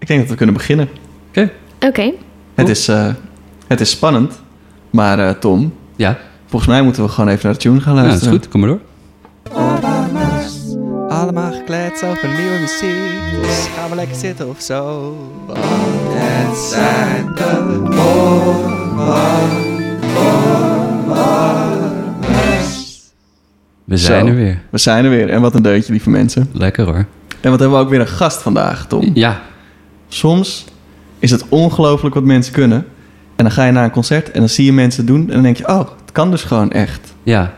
Ik denk dat we kunnen beginnen. Oké. Het is spannend, maar Tom, Ja, volgens mij moeten we gewoon even naar de tune gaan dat luisteren. is goed. Kom maar door. Allemaal gekleed over nieuwe muziek, dus gaan we lekker zitten of zo. Want het zijn de We zijn Zo. er weer. We zijn er weer. En wat een deuntje, lieve mensen. Lekker hoor. En wat hebben we ook weer een gast vandaag, Tom. Ja, Soms is het ongelooflijk wat mensen kunnen. En dan ga je naar een concert en dan zie je mensen doen. En dan denk je, oh, het kan dus gewoon echt. ja.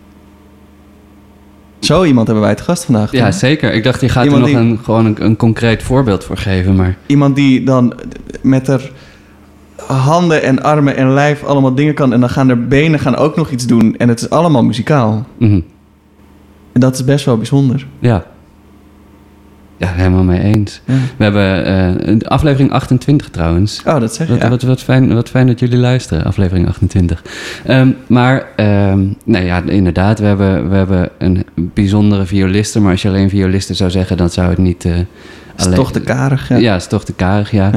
Zo iemand hebben wij te gast vandaag. Tom. Ja, zeker. Ik dacht, je gaat Iemand er nog een concreet voorbeeld voor geven, maar... Iemand die dan met haar handen en armen en lijf allemaal dingen kan. En dan gaan haar benen gaan ook nog iets doen. En het is allemaal muzikaal. Mhm. En dat is best wel bijzonder. Ja. Ja, helemaal mee eens. Ja. We hebben aflevering 28 trouwens. Oh, dat zeg je. Ja. Wat fijn dat jullie luisteren, aflevering 28. Nou ja, inderdaad, we hebben een bijzondere violiste. Maar als je alleen violiste zou zeggen, dan zou het niet... Is toch te karig. Ja. Ja, is toch te karig, ja.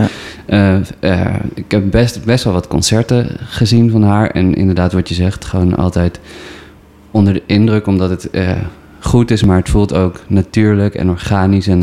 Ik heb best wel wat concerten gezien van haar. En inderdaad, wat je zegt, gewoon altijd onder de indruk, omdat het goed is, maar het voelt ook natuurlijk en organisch. En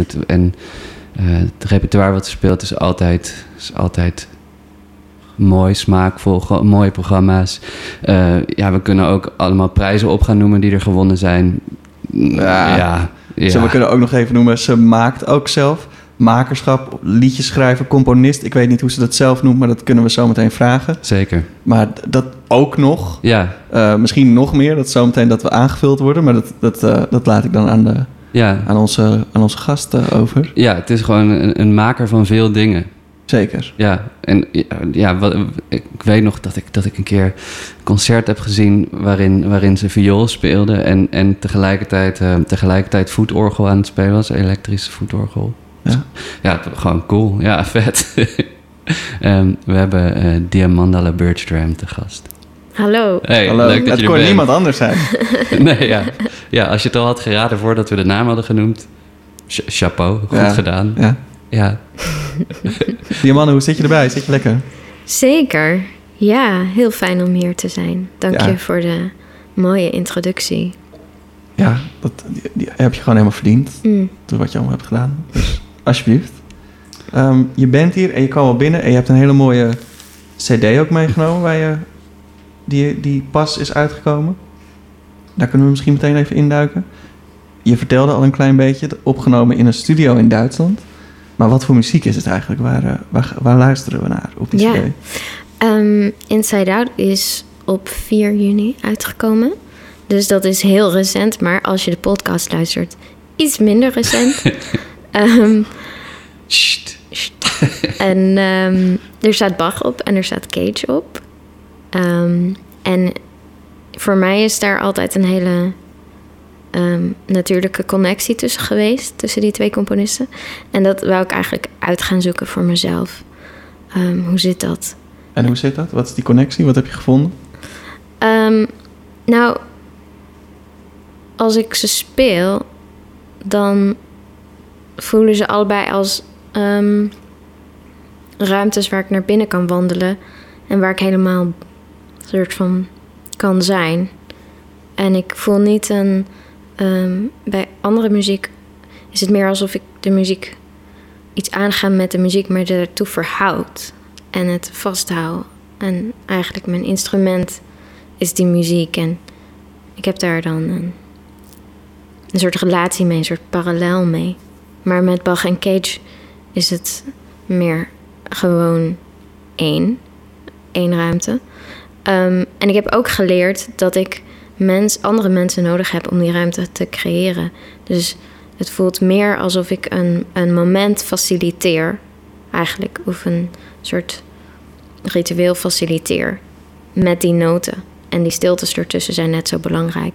het repertoire wat ze speelt is altijd mooi, smaakvol, mooie programma's. We kunnen ook allemaal prijzen op gaan noemen die er gewonnen zijn. Ja. Zo, we kunnen ook nog even noemen, ze maakt ook zelf makerschap, liedjes schrijven, componist. Ik weet niet hoe ze dat zelf noemt, maar dat kunnen we zo meteen vragen. Zeker. Maar dat ook nog. Ja. Misschien nog meer, dat zo meteen dat we aangevuld worden. Maar dat laat ik dan aan onze gast over. Ja, het is gewoon een maker van veel dingen. Zeker. Ja, en ik weet nog dat ik een keer een concert heb gezien waarin ze viool speelde en tegelijkertijd voetorgel aan het spelen was, elektrische voetorgel. Ja, gewoon cool. Ja, vet. We hebben Diamanda Bergstrom te gast. Hallo. Hey, Hallo. leuk dat Het je er kon bent. niemand anders zijn. Nee, ja. Ja, als je het al had geraden voordat we de naam hadden genoemd. Chapeau, goed gedaan. Ja. Diamanda, hoe zit je erbij? Zit je lekker? Zeker. Ja, heel fijn om hier te zijn. Dank je voor de mooie introductie. Ja, die heb je gewoon helemaal verdiend. Door wat je allemaal hebt gedaan. Dus alsjeblieft. Je bent hier en je kwam al binnen en je hebt een hele mooie cd ook meegenomen waar die pas is uitgekomen. Daar kunnen we misschien meteen even induiken. Je vertelde al een klein beetje, opgenomen in een studio in Duitsland. Maar wat voor muziek is het eigenlijk? Waar luisteren we naar op die cd? Inside Out is op 4 juni uitgekomen. Dus dat is heel recent, maar als je de podcast luistert, iets minder recent. Sst. En er staat Bach op en er staat Cage op. En voor mij is daar altijd een hele natuurlijke connectie tussen geweest, tussen die twee componisten. En dat wou ik eigenlijk uit gaan zoeken voor mezelf. Hoe zit dat? En hoe zit dat? Wat is die connectie? Wat heb je gevonden? Nou, als ik ze speel, dan voelen ze allebei als ruimtes waar ik naar binnen kan wandelen en waar ik helemaal soort van kan zijn. En ik voel niet bij andere muziek is het meer alsof ik de muziek iets aanga met de muziek, maar ertoe verhoud en het vasthoud. En eigenlijk mijn instrument is die muziek en ik heb daar dan een soort relatie mee, een soort parallel mee. Maar met Bach en Cage is het meer gewoon één ruimte. En ik heb ook geleerd dat ik andere mensen nodig heb om die ruimte te creëren. Dus het voelt meer alsof ik een moment faciliteer, eigenlijk. Of een soort ritueel faciliteer met die noten. En die stiltes ertussen zijn net zo belangrijk.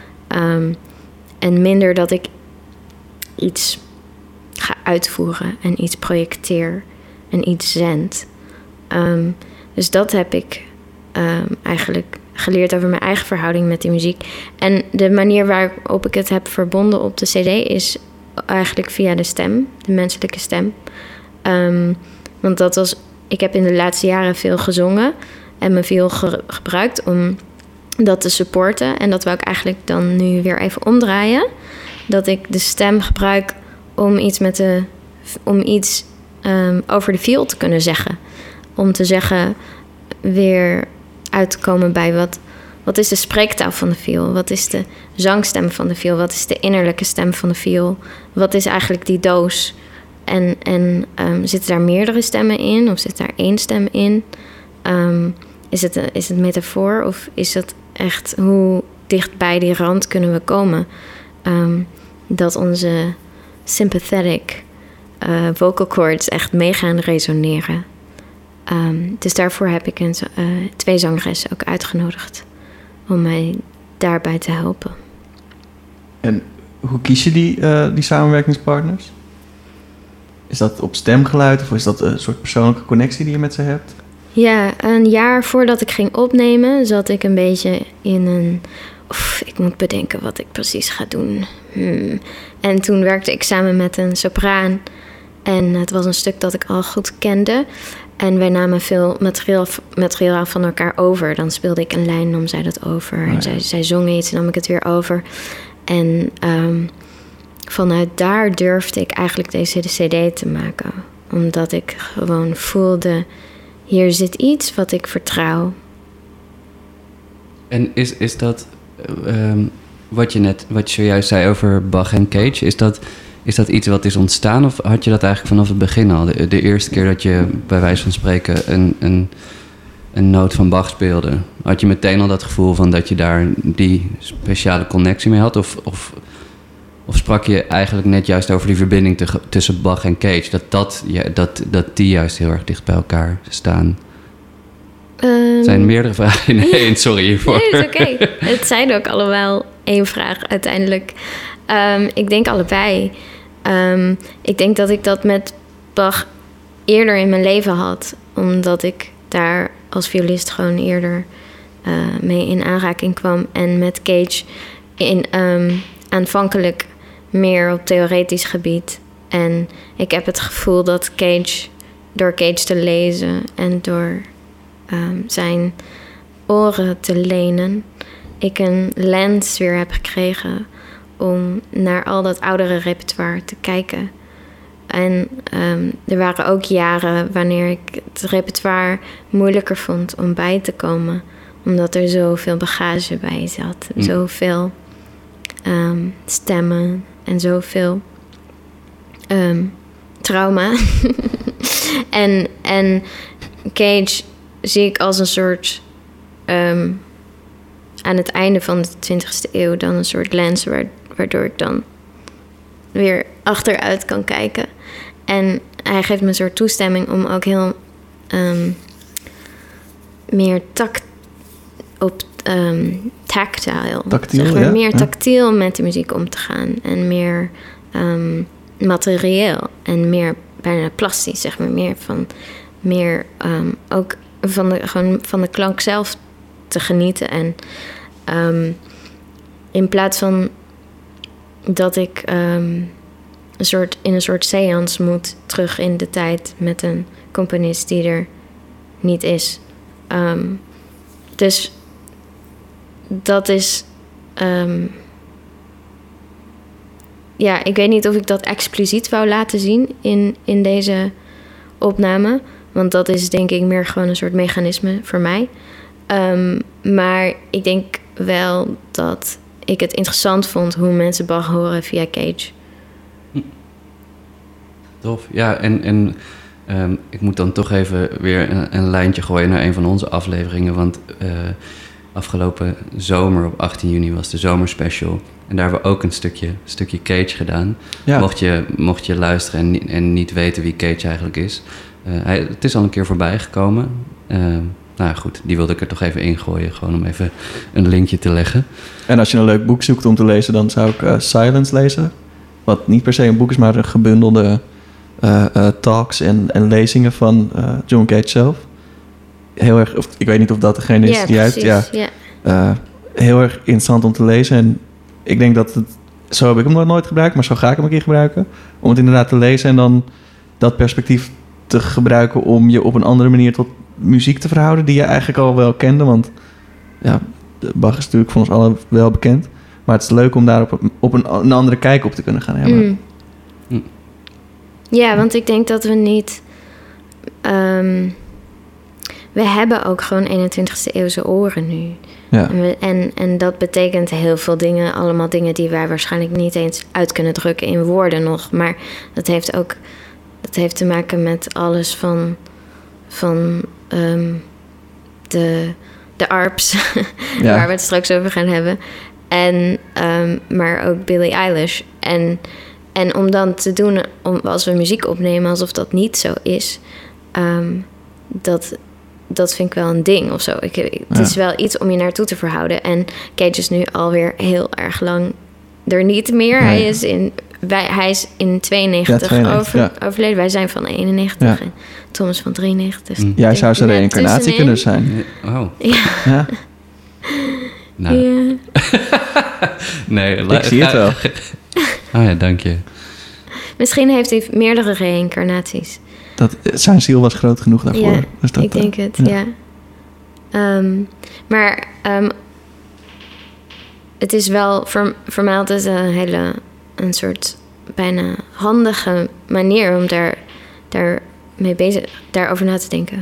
En minder dat ik iets ga uitvoeren en iets projecteer en iets zend. Dus dat heb ik eigenlijk geleerd over mijn eigen verhouding met die muziek. En de manier waarop ik het heb verbonden op de cd is eigenlijk via de stem, de menselijke stem. Want ik heb in de laatste jaren veel gezongen en me veel gebruikt om dat te supporten. En dat wil ik eigenlijk dan nu weer even omdraaien. Dat ik de stem gebruik om iets over de feel te kunnen zeggen. Om te zeggen, weer uit te komen bij wat is de spreektaal van de feel? Wat is de zangstem van de feel? Wat is de innerlijke stem van de feel? Wat is eigenlijk die doos? En zitten daar meerdere stemmen in? Of zit daar één stem in? Is het metafoor? Of is het echt hoe dicht bij die rand kunnen we komen? Dat onze sympathetic vocal cords echt mee gaan resoneren. Dus daarvoor heb ik 2 zangeressen ook uitgenodigd om mij daarbij te helpen. En hoe kies je die samenwerkingspartners? Is dat op stemgeluid of is dat een soort persoonlijke connectie die je met ze hebt? Ja, een jaar voordat ik ging opnemen zat ik een beetje in een... ik moet bedenken wat ik precies ga doen. En toen werkte ik samen met een sopraan. En het was een stuk dat ik al goed kende. En wij namen veel materiaal van elkaar over. Dan speelde ik een lijn, nam zij dat over. En zij zong iets, nam ik het weer over. En vanuit daar durfde ik eigenlijk deze cd te maken. Omdat ik gewoon voelde, hier zit iets wat ik vertrouw. En is dat, wat je zojuist zei over Bach en Cage, is dat iets wat is ontstaan of had je dat eigenlijk vanaf het begin al? De eerste keer dat je bij wijze van spreken een noot van Bach speelde, had je meteen al dat gevoel van dat je daar die speciale connectie mee had? Of sprak je eigenlijk net juist over die verbinding tussen Bach en Cage? Dat die juist heel erg dicht bij elkaar staan? Het zijn meerdere vragen in één, sorry hiervoor. Nee, het is oké. Het zijn ook allemaal één vraag uiteindelijk. Ik denk allebei. Ik denk dat ik dat met Bach eerder in mijn leven had. Omdat ik daar als violist gewoon eerder mee in aanraking kwam. En met Cage aanvankelijk meer op theoretisch gebied. En ik heb het gevoel dat door Cage te lezen en door zijn oren te lenen, ik een lens weer heb gekregen om naar al dat oudere repertoire te kijken. En er waren ook jaren wanneer ik het repertoire moeilijker vond om bij te komen. Omdat er zoveel bagage bij zat. Zoveel stemmen en zoveel trauma. en Cage zie ik als een soort... aan het einde van de 20e eeuw dan een soort lens waardoor ik dan weer achteruit kan kijken. En hij geeft me een soort toestemming om ook heel meer tactile, zeg maar, meer tactiel met de muziek om te gaan. En meer materieel en meer bijna plastisch, zeg maar. Meer ook van de klank zelf te genieten. En in plaats van dat ik in een soort séance moet terug in de tijd met een componist die er niet is. Dus dat is... ik weet niet of ik dat expliciet wou laten zien in deze opname. Want dat is denk ik meer gewoon een soort mechanisme voor mij. Maar ik denk wel dat ik het interessant vond hoe mensen Bach horen via Cage. Tof. Ja, en ik moet dan toch even weer een lijntje gooien naar een van onze afleveringen. Want afgelopen zomer op 18 juni was de zomerspecial. En daar hebben we ook een stukje Cage gedaan. Ja. Mocht je luisteren en niet weten wie Cage eigenlijk is. Het is al een keer voorbij gekomen. Nou goed, die wilde ik er toch even ingooien. Gewoon om even een linkje te leggen. En als je een leuk boek zoekt om te lezen, dan zou ik Silence lezen. Wat niet per se een boek is, maar een gebundelde talks en lezingen van John Cage zelf. Heel erg, ik weet niet of dat degene is die uit... heel erg interessant om te lezen. En ik denk dat zo heb ik hem nog nooit gebruikt, maar zo ga ik hem een keer gebruiken. Om het inderdaad te lezen en dan dat perspectief te gebruiken om je op een andere manier tot muziek te verhouden, die je eigenlijk al wel kende? Want ja, Bach is natuurlijk voor ons allen wel bekend. Maar het is leuk om daar op een andere kijk op te kunnen gaan hebben. Ja, want ik denk dat we niet... we hebben ook gewoon 21ste eeuwse oren nu. Ja. En dat betekent heel veel dingen. Allemaal dingen die wij waarschijnlijk niet eens uit kunnen drukken in woorden nog. Maar dat heeft te maken met alles van de ARPs, Ja. waar we het straks over gaan hebben. Maar ook Billie Eilish. En om dan te doen, als we muziek opnemen, alsof dat niet zo is, dat vind ik wel een ding of zo. Het is wel iets om je naartoe te verhouden. En Cage is nu alweer heel erg lang er niet meer. Nee. Hij is in 92, overleden. Wij zijn van 91 en Thomas van 93. Jij zou zijn reïncarnatie kunnen zijn. Oh. Ja. Nou. Ja. Nee, Ik zie het wel. Oh ja, dank je. Misschien heeft hij meerdere reïncarnaties. Zijn ziel was groot genoeg daarvoor. Ja, dus dat, ik denk het, ja. Maar het is wel voor mij altijd een soort bijna handige manier om daarover na te denken.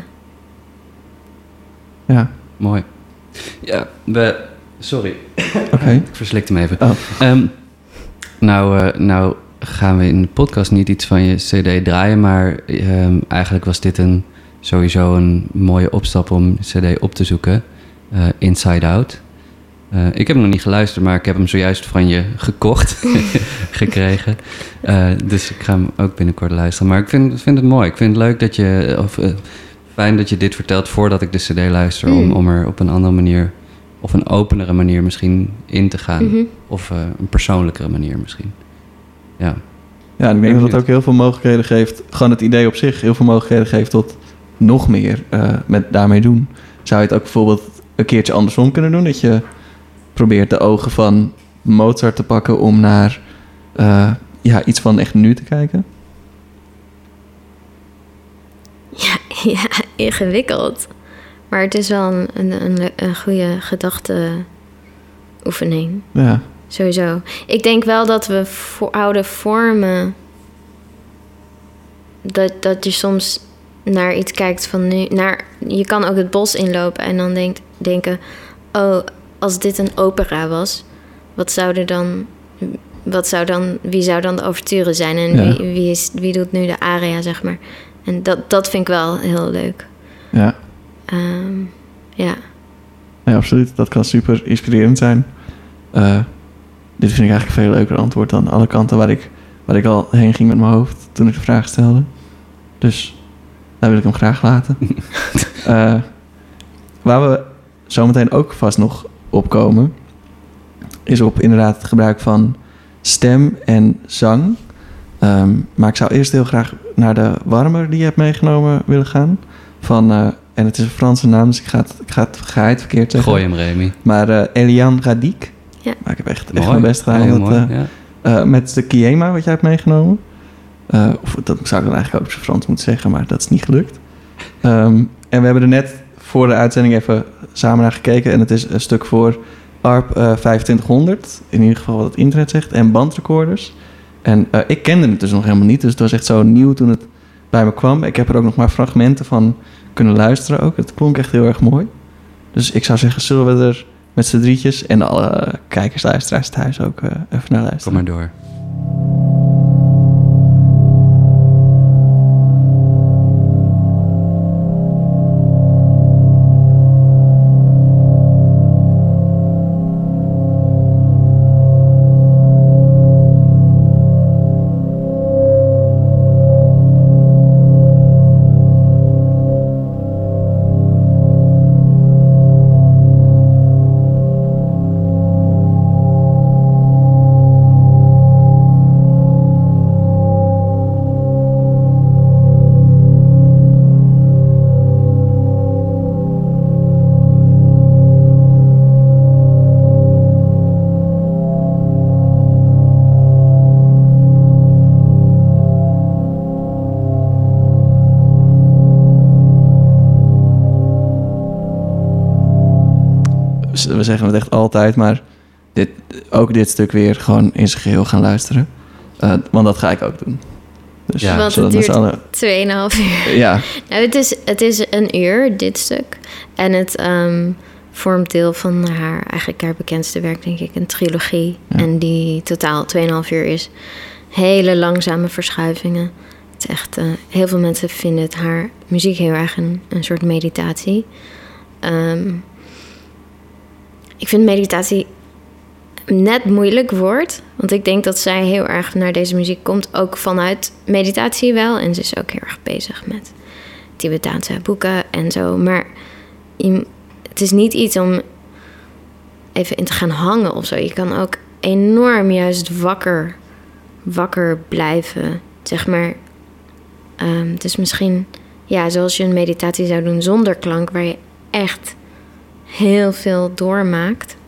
Ja. Mooi. Ja, sorry. Oké. Ik verslikte hem even. Oh. Nou gaan we in de podcast niet iets van je cd draaien, maar eigenlijk was dit sowieso een mooie opstap om cd op te zoeken. Inside Out. Ik heb hem nog niet geluisterd, maar ik heb hem zojuist van je gekocht, gekregen. Dus ik ga hem ook binnenkort luisteren. Maar ik vind het mooi. Ik vind het leuk dat fijn dat je dit vertelt voordat ik de cd luister, om er op een andere manier, of een openere manier misschien in te gaan. Mm-hmm. Of een persoonlijkere manier misschien. Ja. Ja, en ik denk dat het ook heel veel mogelijkheden geeft. Gewoon het idee op zich heel veel mogelijkheden geeft tot nog meer met daarmee doen. Zou je het ook bijvoorbeeld een keertje andersom kunnen doen? Dat je probeert de ogen van Mozart te pakken om naar iets van echt nu te kijken? Ja, ingewikkeld. Maar het is wel een goede gedachteoefening. Ja. Sowieso. Ik denk wel dat we oude vormen... Dat je soms naar iets kijkt van nu... Je kan ook het bos inlopen en dan denken... Oh, als dit een opera was... Wie zou dan de ouverture zijn? En wie doet nu de aria, zeg maar? En dat vind ik wel heel leuk. Ja. Ja. Nee, absoluut. Dat kan super inspirerend zijn. Dit vind ik eigenlijk een veel leuker antwoord dan alle kanten waar ik al heen ging met mijn hoofd toen ik de vraag stelde. Dus daar wil ik hem graag laten. Waar we zometeen ook vast nog op komen, is op inderdaad het gebruik van stem en zang. Maar ik zou eerst heel graag naar de warmer die je hebt meegenomen willen gaan. En het is een Franse naam, dus ik ga het verkeerd zeggen. Gooi hem, Remy. Maar Eliane Radic. Ja. Maar ik heb echt mijn best gedaan. Met de Kiema wat jij hebt meegenomen. Of dat zou ik dan eigenlijk ook op zijn Frans moeten zeggen, maar dat is niet gelukt. En we hebben er net voor de uitzending even samen naar gekeken. En het is een stuk voor ARP 2500. In ieder geval wat het internet zegt. En bandrecorders. En ik kende het dus nog helemaal niet. Dus het was echt zo nieuw toen het bij me kwam. Ik heb er ook nog maar fragmenten van kunnen luisteren ook. Het klonk echt heel erg mooi. Dus ik zou zeggen, zullen we er met z'n drietjes en alle kijkers, luisteraars thuis ook even naar luisteren. Kom maar door. we zeggen het echt altijd, maar ook dit stuk weer gewoon in zijn geheel gaan luisteren. Want dat ga ik ook doen. Dus, Ja. Want het duurt 2,5 uur. Ja, Nou, het is 1 uur, dit stuk. En het vormt deel van haar bekendste werk, denk ik, een trilogie. Ja. En die totaal 2,5 uur is. Hele langzame verschuivingen. Het is echt, heel veel mensen vinden haar muziek heel erg een soort meditatie. Ik vind meditatie net moeilijk woord. Want ik denk dat zij heel erg naar deze muziek komt. Ook vanuit meditatie wel. En ze is ook heel erg bezig met Tibetaanse boeken en zo. Maar het is niet iets om even in te gaan hangen of zo. Je kan ook enorm juist wakker blijven. Zeg maar. Het is misschien zoals je een meditatie zou doen zonder klank. Waar je echt heel veel doormaakt.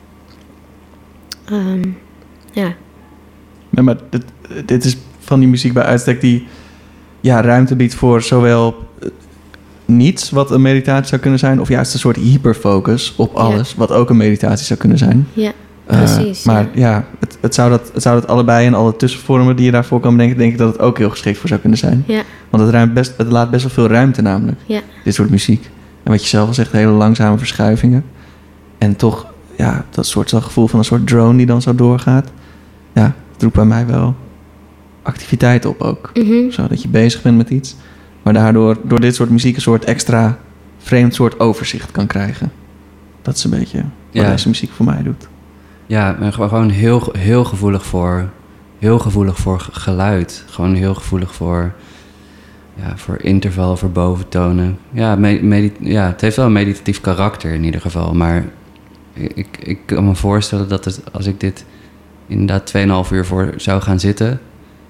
Ja. Nee, maar dit is van die muziek bij uitstek die ruimte biedt voor zowel niets wat een meditatie zou kunnen zijn, of juist een soort hyperfocus op alles, wat ook een meditatie zou kunnen zijn. Ja, precies. Maar het zou dat allebei en alle tussenvormen die je daarvoor kan bedenken, denk ik dat het ook heel geschikt voor zou kunnen zijn. Ja. Want het laat best wel veel ruimte namelijk, dit soort muziek. En wat je zelf al zegt, hele langzame verschuivingen. En toch, dat soort gevoel van een soort drone die dan zo doorgaat. Ja, het roept bij mij wel activiteit op ook. Mm-hmm. Zodat je bezig bent met iets. Maar daardoor, door dit soort muziek, een soort extra vreemd soort overzicht kan krijgen. Dat is een beetje wat deze muziek voor mij doet. Ja, maar gewoon heel gevoelig voor geluid. Gewoon heel gevoelig voor interval, voor boventonen. Ja, het heeft wel een meditatief karakter in ieder geval. Maar ik kan me voorstellen dat als ik dit inderdaad 2,5 uur voor zou gaan zitten,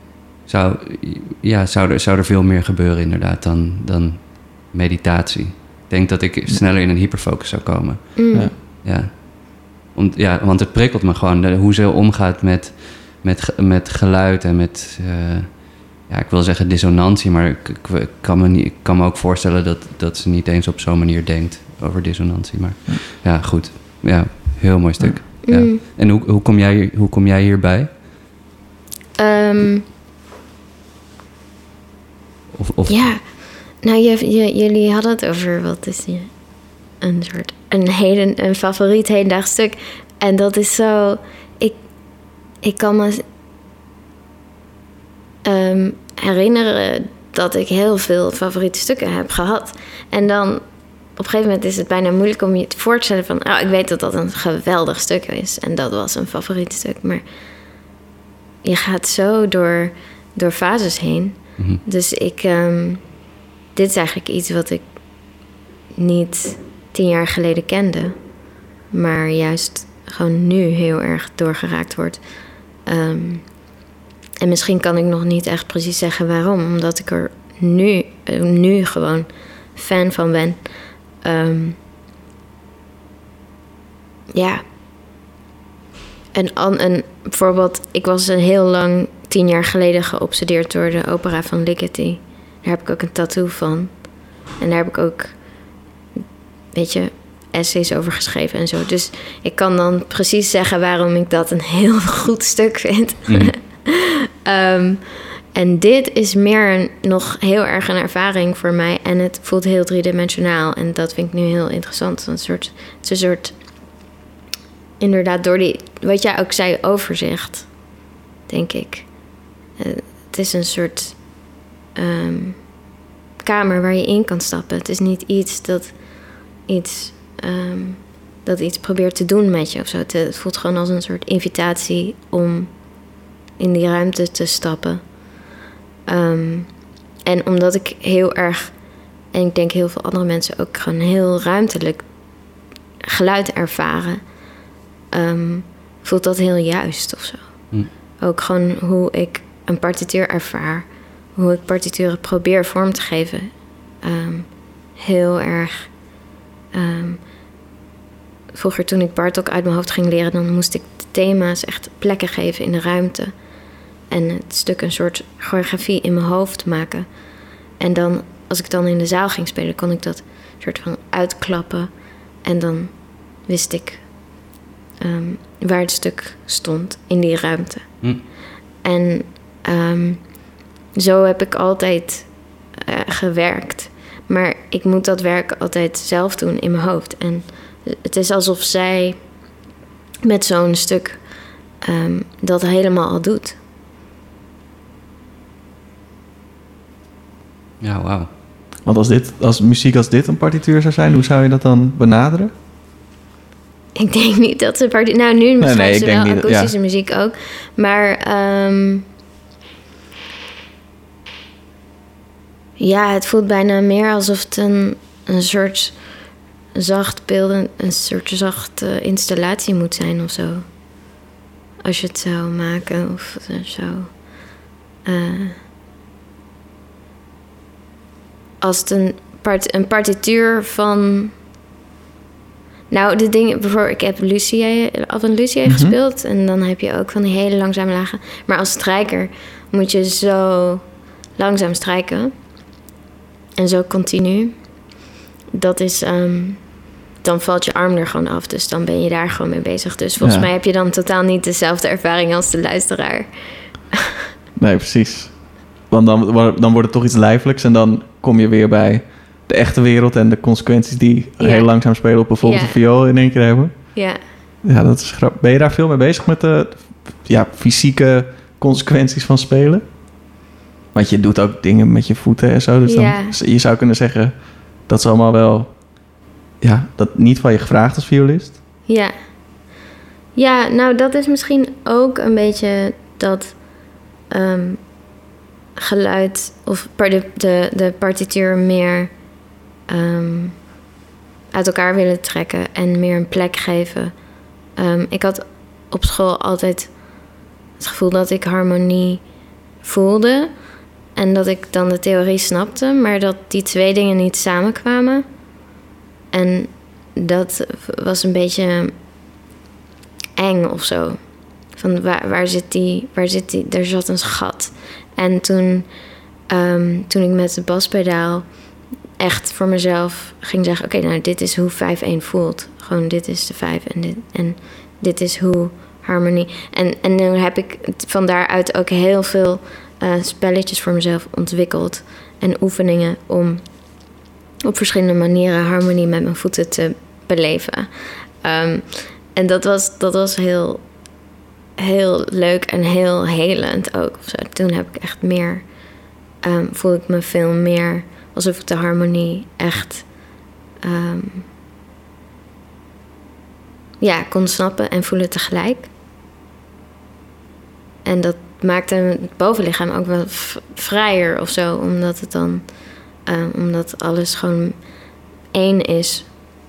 zou er veel meer gebeuren inderdaad dan meditatie. Ik denk dat ik sneller in een hyperfocus zou komen. Mm. Want het prikkelt me gewoon hoe ze omgaat met geluid en met, ik wil zeggen dissonantie, maar ik kan me ook voorstellen dat ze niet eens op zo'n manier denkt over dissonantie. Maar goed. Ja, heel mooi stuk. Ja. En hoe kom jij hierbij? Ja, nou jullie hadden het over wat is een favoriet hedendaags stuk. En dat is zo. Ik kan me herinneren dat ik heel veel favoriete stukken heb gehad. En dan op een gegeven moment is het bijna moeilijk om je te voor te stellen van, ik weet dat dat een geweldig stuk is. En dat was een favoriet stuk. Maar je gaat zo door fases heen. Mm-hmm. Dus dit is eigenlijk iets wat ik niet 10 jaar geleden kende. Maar juist gewoon nu heel erg doorgeraakt wordt. En misschien kan ik nog niet echt precies zeggen waarom. Omdat ik er nu gewoon fan van ben. En bijvoorbeeld, ik was heel lang 10 jaar geleden geobsedeerd door de opera van Ligeti. Daar heb ik ook een tattoo van. En daar heb ik ook, essays over geschreven en zo. Dus ik kan dan precies zeggen waarom ik dat een heel goed stuk vind. Mm. En dit is meer nog heel erg een ervaring voor mij. En het voelt heel driedimensionaal. En dat vind ik nu heel interessant. Het is een soort inderdaad door die, wat jij ook zei, overzicht, denk ik. Het is een soort kamer waar je in kan stappen. Het is niet iets dat iets probeert te doen met je of zo. Het voelt gewoon als een soort invitatie om in die ruimte te stappen. En omdat ik heel erg, en ik denk heel veel andere mensen ook gewoon heel ruimtelijk geluid ervaren, voelt dat heel juist of zo. Mm. Ook gewoon hoe ik een partituur ervaar, hoe ik partituren probeer vorm te geven. Heel erg. Vroeger toen ik Bartók uit mijn hoofd ging leren, dan moest ik de thema's echt plekken geven in de ruimte. En het stuk een soort choreografie in mijn hoofd maken. En dan, als ik dan in de zaal ging spelen, kon ik dat soort van uitklappen. En dan wist ik waar het stuk stond in die ruimte. En zo heb ik altijd gewerkt. Maar ik moet dat werk altijd zelf doen in mijn hoofd. En het is alsof zij met zo'n stuk dat helemaal al doet. Ja, wauw. Want als muziek als dit een partituur zou zijn, hoe zou je dat dan benaderen? Ik denk niet dat ze partituur... Nou, nu schrijven ze wel akoestische muziek ook. Maar ja, het voelt bijna meer alsof het een soort zacht beelden, een soort zachte installatie moet zijn of zo. Als je het zou maken of zo. Als het een partituur van... Nou, de dingen... Bijvoorbeeld, ik heb Lucie gespeeld. En dan heb je ook van die hele langzame lagen. Maar als strijker moet je zo langzaam strijken. En zo continu. Dat is... dan valt je arm er gewoon af. Dus dan ben je daar gewoon mee bezig. Dus volgens mij heb je dan totaal niet dezelfde ervaring als de luisteraar. Nee, precies. Want dan wordt het toch iets lijfelijks. En dan kom je weer bij de echte wereld en de consequenties die heel langzaam spelen op bijvoorbeeld de viool in één keer hebben. Ja. Ja, dat is grappig. Ben je daar veel mee bezig met de fysieke consequenties van spelen? Want je doet ook dingen met je voeten en zo. Dus dan, je zou kunnen zeggen, dat is allemaal wel... Ja, dat niet van je gevraagd als violist. Ja. Ja, nou dat is misschien ook een beetje dat geluid of de partituur meer uit elkaar willen trekken en meer een plek geven. Ik had op school altijd het gevoel dat ik harmonie voelde en dat ik dan de theorie snapte, maar dat die twee dingen niet samenkwamen. En dat was een beetje eng of zo. Van waar zit die? Er zat een gat. En toen ik met de baspedaal echt voor mezelf ging zeggen... Oké, nou, dit is hoe 5-1 voelt. Gewoon, dit is de 5 en dit is hoe harmonie... En dan heb ik van daaruit ook heel veel spelletjes voor mezelf ontwikkeld. En oefeningen om op verschillende manieren harmonie met mijn voeten te beleven. En dat was heel, heel leuk en heel helend ook. Of zo. Toen heb ik echt meer... voelde ik me veel meer alsof ik de harmonie echt... kon snappen en voelen tegelijk. En dat maakte het bovenlichaam ook wel vrijer of zo. Omdat het dan... omdat alles gewoon één is.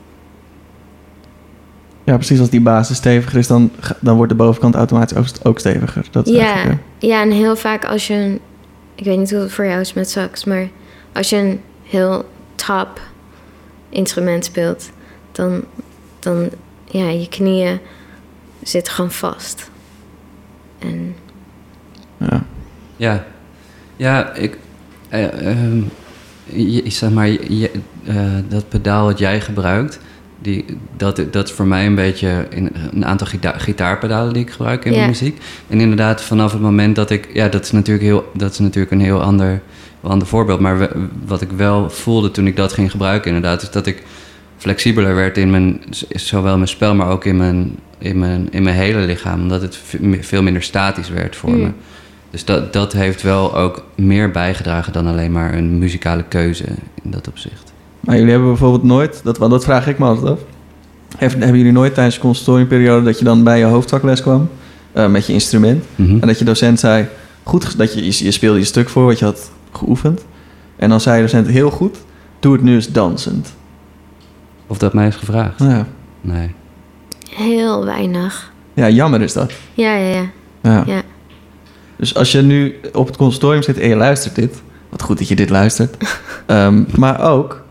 Ja, precies. Als die basis steviger is, dan wordt de bovenkant automatisch ook steviger. Dat is ja, en heel vaak als je... Ik weet niet hoe het voor jou is met sax, maar als je een heel top instrument speelt, dan je knieën zitten gewoon vast. En... Ja, ik... zeg maar, dat pedaal dat jij gebruikt, dat is voor mij een beetje een aantal gitaarpedalen die ik gebruik in mijn muziek. En inderdaad, vanaf het moment dat ik... Ja, dat is natuurlijk een heel ander voorbeeld. Maar wat ik wel voelde toen ik dat ging gebruiken, inderdaad, is dat ik flexibeler werd in zowel mijn spel, maar ook in mijn hele lichaam. Omdat het veel minder statisch werd voor me. Dus dat heeft wel ook meer bijgedragen dan alleen maar een muzikale keuze in dat opzicht. Maar jullie hebben bijvoorbeeld nooit, dat vraag ik me altijd af. Hebben jullie nooit tijdens de conservatoriumperiode dat je dan bij je hoofdvakles kwam met je instrument? En dat je docent zei, goed, dat je speelde je stuk voor wat je had geoefend. En dan zei de docent, heel goed, doe het nu eens dansend. Of dat mij is gevraagd? Ja. Nee. Heel weinig. Ja, jammer is dat. Ja. Dus als je nu op het conservatorium zit en je luistert dit... Wat goed dat je dit luistert. Maar ook...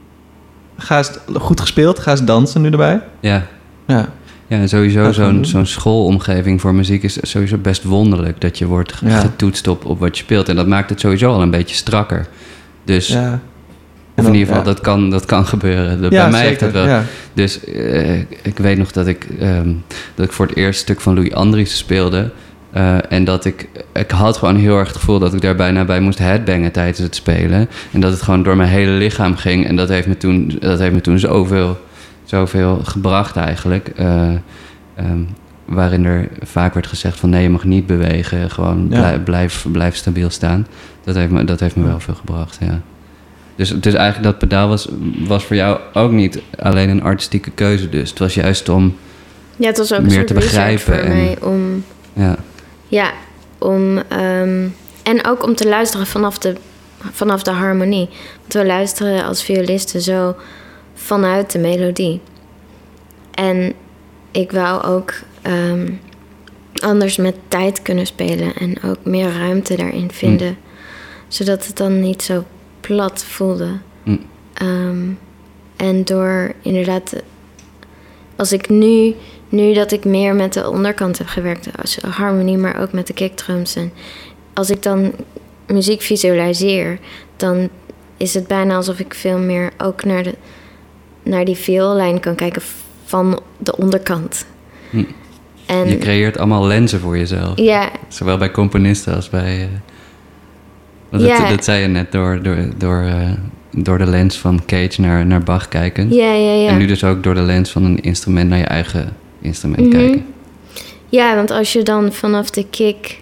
Goed gespeeld, ga eens dansen nu erbij. Ja, en sowieso zo'n schoolomgeving voor muziek is sowieso best wonderlijk. Dat je wordt getoetst op wat je speelt. En dat maakt het sowieso al een beetje strakker. Dus... Of in ieder geval, dat kan gebeuren. Bij mij heeft dat wel. Ja. Dus ik weet nog dat ik voor het eerst stuk van Louis Andriessen speelde. En dat ik had gewoon heel erg het gevoel dat ik daar bijna bij moest headbangen tijdens het spelen. En dat het gewoon door mijn hele lichaam ging. En dat heeft me toen zoveel gebracht eigenlijk. Waarin er vaak werd gezegd van nee, je mag niet bewegen. Gewoon blijf stabiel staan. Dat heeft me wel veel gebracht, ja. Dus eigenlijk dat pedaal was voor jou ook niet alleen een artistieke keuze dus. Het was juist om het was ook meer te begrijpen. Voor mij om... Ja, en ook om te luisteren vanaf de harmonie. Want we luisteren als violisten zo vanuit de melodie. En ik wou ook anders met tijd kunnen spelen en ook meer ruimte daarin vinden. Zodat het dan niet zo plat voelde. En door inderdaad... Als ik nu dat ik meer met de onderkant heb gewerkt, als harmonie, maar ook met de kickdrums. En als ik dan muziek visualiseer, dan is het bijna alsof ik veel meer ook naar die vioollijn kan kijken van de onderkant. En je creëert allemaal lenzen voor jezelf. Ja. Zowel bij componisten als bij... Dat zei je net, door de lens van Cage naar Bach kijken. Ja. En nu dus ook door de lens van een instrument naar je eigen instrument kijken. Ja, want als je dan vanaf de kick...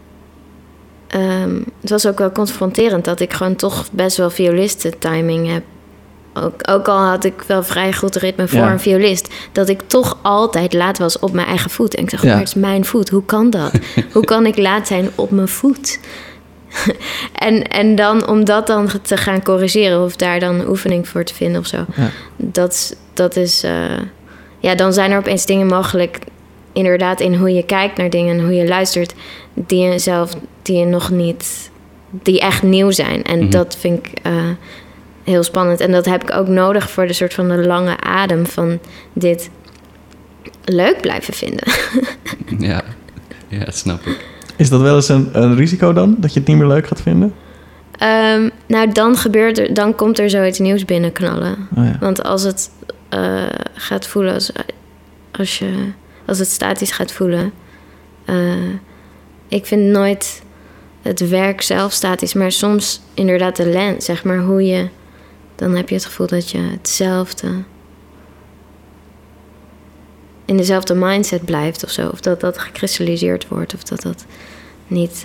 het was ook wel confronterend dat ik gewoon toch best wel violistentiming heb. Ook al had ik wel vrij goed ritme voor een violist. Dat ik toch altijd laat was op mijn eigen voet. En ik dacht, maar het is mijn voet. Hoe kan dat? Hoe kan ik laat zijn op mijn voet? en dan om dat dan te gaan corrigeren... of daar dan oefening voor te vinden of zo... Dat is... dan zijn er opeens dingen mogelijk... inderdaad in hoe je kijkt naar dingen... en hoe je luistert... die nog niet... die echt nieuw zijn. En dat vind ik heel spannend. En dat heb ik ook nodig voor de soort van de lange adem... van dit leuk blijven vinden. Ja, snap ik. Is dat wel eens een risico dan? Dat je het niet meer leuk gaat vinden? Dan komt er zoiets nieuws binnenknallen. Oh ja. Want als het gaat voelen... als het statisch gaat voelen... ik vind nooit het werk zelf statisch... maar soms inderdaad de lens, zeg maar, hoe je... dan heb je het gevoel dat je hetzelfde... in dezelfde mindset blijft of zo. Of dat gekristalliseerd wordt. Of dat niet...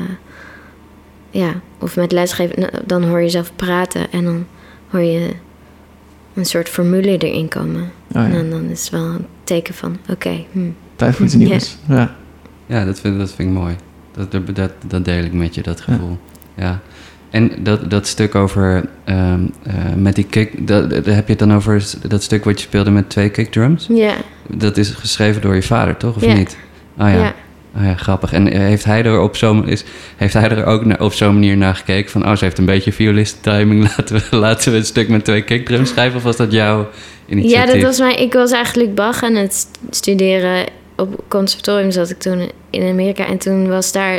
of met lesgeven... dan hoor je zelf praten... en dan hoor je een soort formule erin komen. Oh ja. En dan is het wel een teken van... oké. Tijd voor iets nieuws. Ja, dat vind ik mooi. Dat deel ik met je, dat gevoel. Ja. En dat stuk over... met die kick... heb je het dan over dat stuk wat je speelde met 2 kickdrums? Ja. Dat is geschreven door je vader, toch? Of niet? Oh ja. Oh ja, grappig. En heeft hij er ook op zo'n manier naar gekeken... van, ze heeft een beetje violist-timing... laten we een stuk met 2 kickdrums schrijven... of was dat jouw initiatief? Ja, dat was ik was eigenlijk Bach aan het studeren... op conservatorium zat ik toen in Amerika... en toen was daar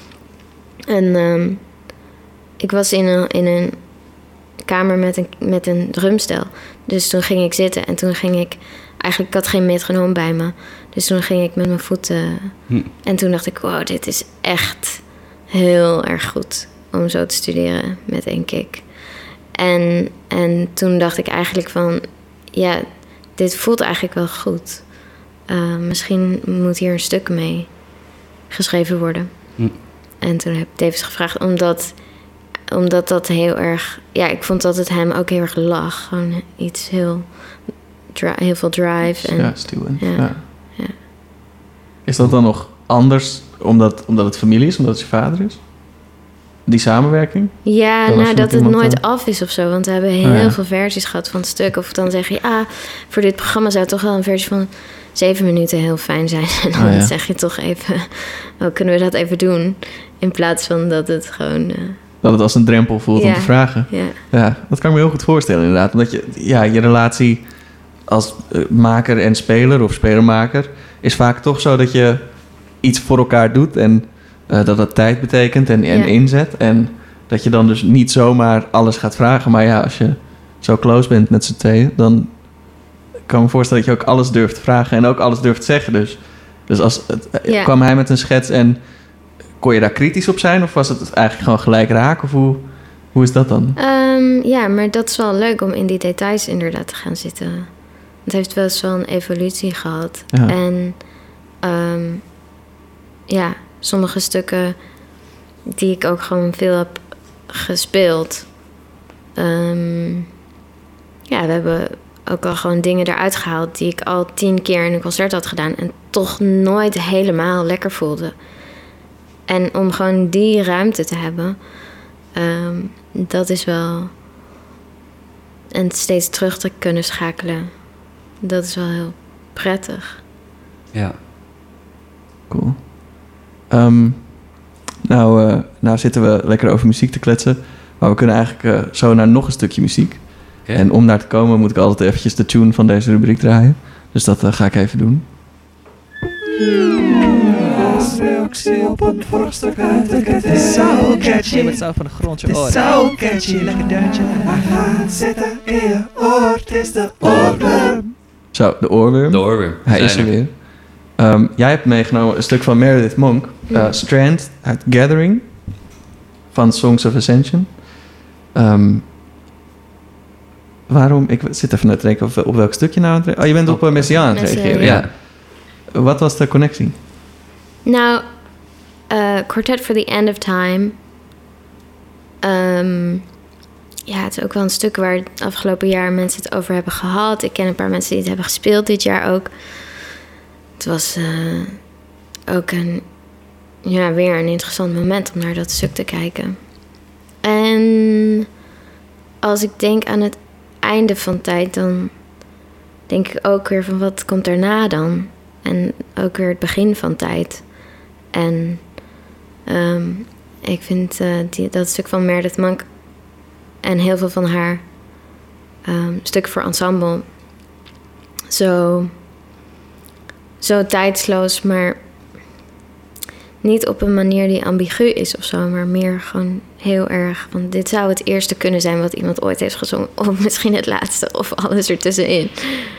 een... ik was in een kamer met een drumstel. Dus toen ging ik zitten en toen ging ik... Eigenlijk, ik had geen metronoom bij me. Dus toen ging ik met mijn voeten... En toen dacht ik, wow, dit is echt heel erg goed... om zo te studeren met 1 kick. En toen dacht ik eigenlijk van... ja, dit voelt eigenlijk wel goed. Misschien moet hier een stuk mee geschreven worden. En toen heb ik Davis gevraagd... omdat dat heel erg... Ja, ik vond dat het hem ook heel erg lag. Gewoon iets heel veel drive. En, stuwend. Ja. Is dat dan nog anders omdat het familie is? Omdat het je vader is? Die samenwerking? Ja, dat het nooit af is of zo. Want we hebben heel veel versies gehad van het stuk. Of dan zeg je... voor dit programma zou toch wel een versie van 7 minuten heel fijn zijn. En dan zeg je toch even... kunnen we dat even doen? In plaats van dat het gewoon... dat het als een drempel voelt om te vragen. Ja, dat kan ik me heel goed voorstellen inderdaad. Omdat je relatie als maker en speler of spelermaker... is vaak toch zo dat je iets voor elkaar doet... en dat tijd betekent en inzet. En Dat je dan dus niet zomaar alles gaat vragen. Maar ja, als je zo close bent met z'n tweeën, dan kan ik me voorstellen dat je ook alles durft te vragen en ook alles durft te zeggen. Dus als kwam hij met een schets en kon je daar kritisch op zijn? Of was het eigenlijk gewoon gelijk raak? Of hoe is dat dan? Ja, maar dat is wel leuk om in die details inderdaad te gaan zitten. Het heeft wel eens wel een evolutie gehad. Ja. En sommige stukken die ik ook gewoon veel heb gespeeld. We hebben ook al gewoon dingen eruit gehaald die ik al 10 keer in een concert had gedaan en toch nooit helemaal lekker voelde. En om gewoon die ruimte te hebben, dat is wel... En steeds terug te kunnen schakelen, dat is wel heel prettig. Ja. Cool. Nou zitten we lekker over muziek te kletsen, maar we kunnen eigenlijk zo naar nog een stukje muziek. Okay. En om daar te komen moet ik altijd eventjes de tune van deze rubriek draaien. Dus dat ga ik even doen. Reactie op een vorig stuk uit de ket is zo catchy. Met zo van de grond je oor. Het is zo catchy, lekker duintje. Hij gaat zitten in je oor, het is de oorworm. Zo, de oorworm. De oorworm. Hij is er weer. Jij hebt meegenomen een stuk van Meredith Monk. Strand uit Gathering. Van Songs of Ascension. Waarom? Ik zit even net te denken op welk stukje nou aan het reageren. Je bent op Messiaen aan het reageren. Ja. Wat was de connectie? Nou, Quartet for the End of Time. Het is ook wel een stuk waar het afgelopen jaar mensen het over hebben gehad. Ik ken een paar mensen die het hebben gespeeld dit jaar ook. Het was ook weer een interessant moment om naar dat stuk te kijken. En als ik denk aan het einde van tijd, dan denk ik ook weer van wat komt daarna dan? En ook weer het begin van tijd. En ik vind dat stuk van Meredith Monk en heel veel van haar stukken voor ensemble zo tijdsloos, maar niet op een manier die ambigu is of zo, maar meer gewoon heel erg van dit zou het eerste kunnen zijn wat iemand ooit heeft gezongen, of misschien het laatste, of alles ertussenin.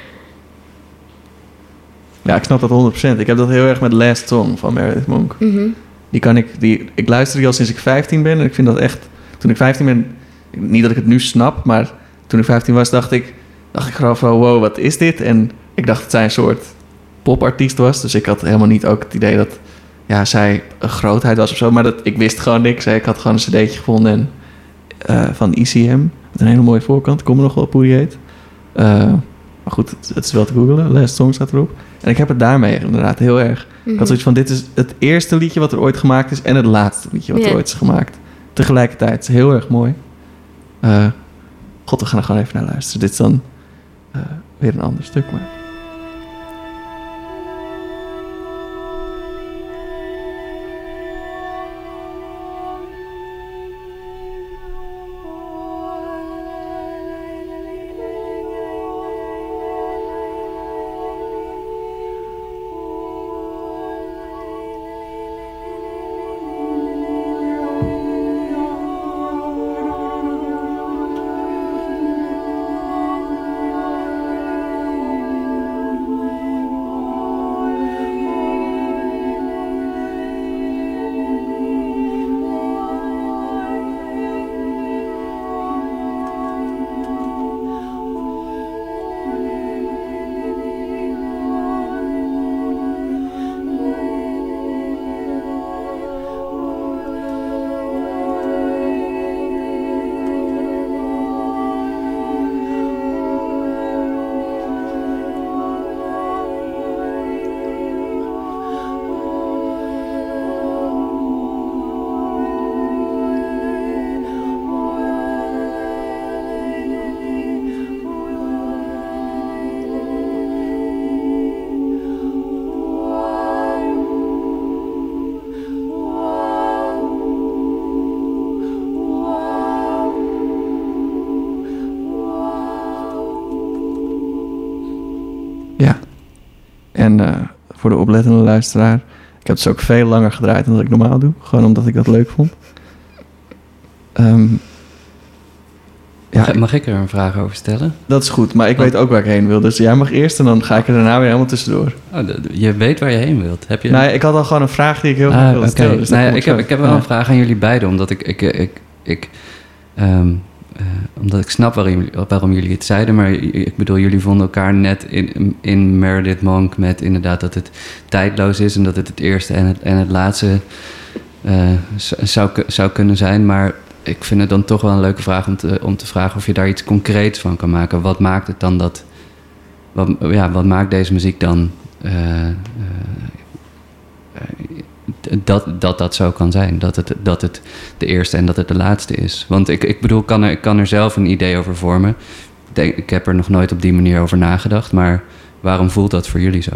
Ja, ik snap dat 100%. Ik heb dat heel erg met Last Song van Meredith Monk. Mm-hmm. Ik luister die al sinds ik 15 ben en ik vind dat echt... Toen ik 15 ben, niet dat ik het nu snap, maar toen ik 15 was, dacht ik gewoon van wow, wat is dit? En ik dacht dat zij een soort popartiest was, dus ik had helemaal niet ook het idee dat zij een grootheid was of zo, maar ik wist gewoon niks. Ik had gewoon een cd'tje gevonden van ECM, met een hele mooie voorkant. Ik kom er nog wel op hoe die heet. Maar goed, het is wel te googlen. Last Song staat erop. En ik heb het daarmee inderdaad heel erg. Mm-hmm. Ik had zoiets van, dit is het eerste liedje wat er ooit gemaakt is en het laatste liedje wat er ooit is gemaakt. Tegelijkertijd. Het is heel erg mooi. We gaan er gewoon even naar luisteren. Dit is dan weer een ander stuk, maar... En voor de oplettende luisteraar, ik heb het dus ook veel langer gedraaid dan dat ik normaal doe. Gewoon omdat ik dat leuk vond. Mag ik er een vraag over stellen? Dat is goed, maar ik weet ook waar ik heen wil. Dus jij mag eerst en dan ga ik er daarna weer helemaal tussendoor. Oh, je weet waar je heen wilt. Heb je... Nee, ik had al gewoon een vraag die ik heel graag wilde stellen. Dus ik heb wel een vraag aan jullie beiden, omdat omdat ik snap waarom jullie het zeiden, maar ik bedoel, jullie vonden elkaar net in Meredith Monk met inderdaad dat het tijdloos is en dat het eerste en het laatste zou kunnen zijn, maar ik vind het dan toch wel een leuke vraag om te vragen of je daar iets concreets van kan maken. Wat maakt het dan wat maakt deze muziek dan dat zo kan zijn? Dat het de eerste en dat het de laatste is. Want ik bedoel, ik kan er zelf een idee over vormen. Ik heb er nog nooit op die manier over nagedacht, maar waarom voelt dat voor jullie zo?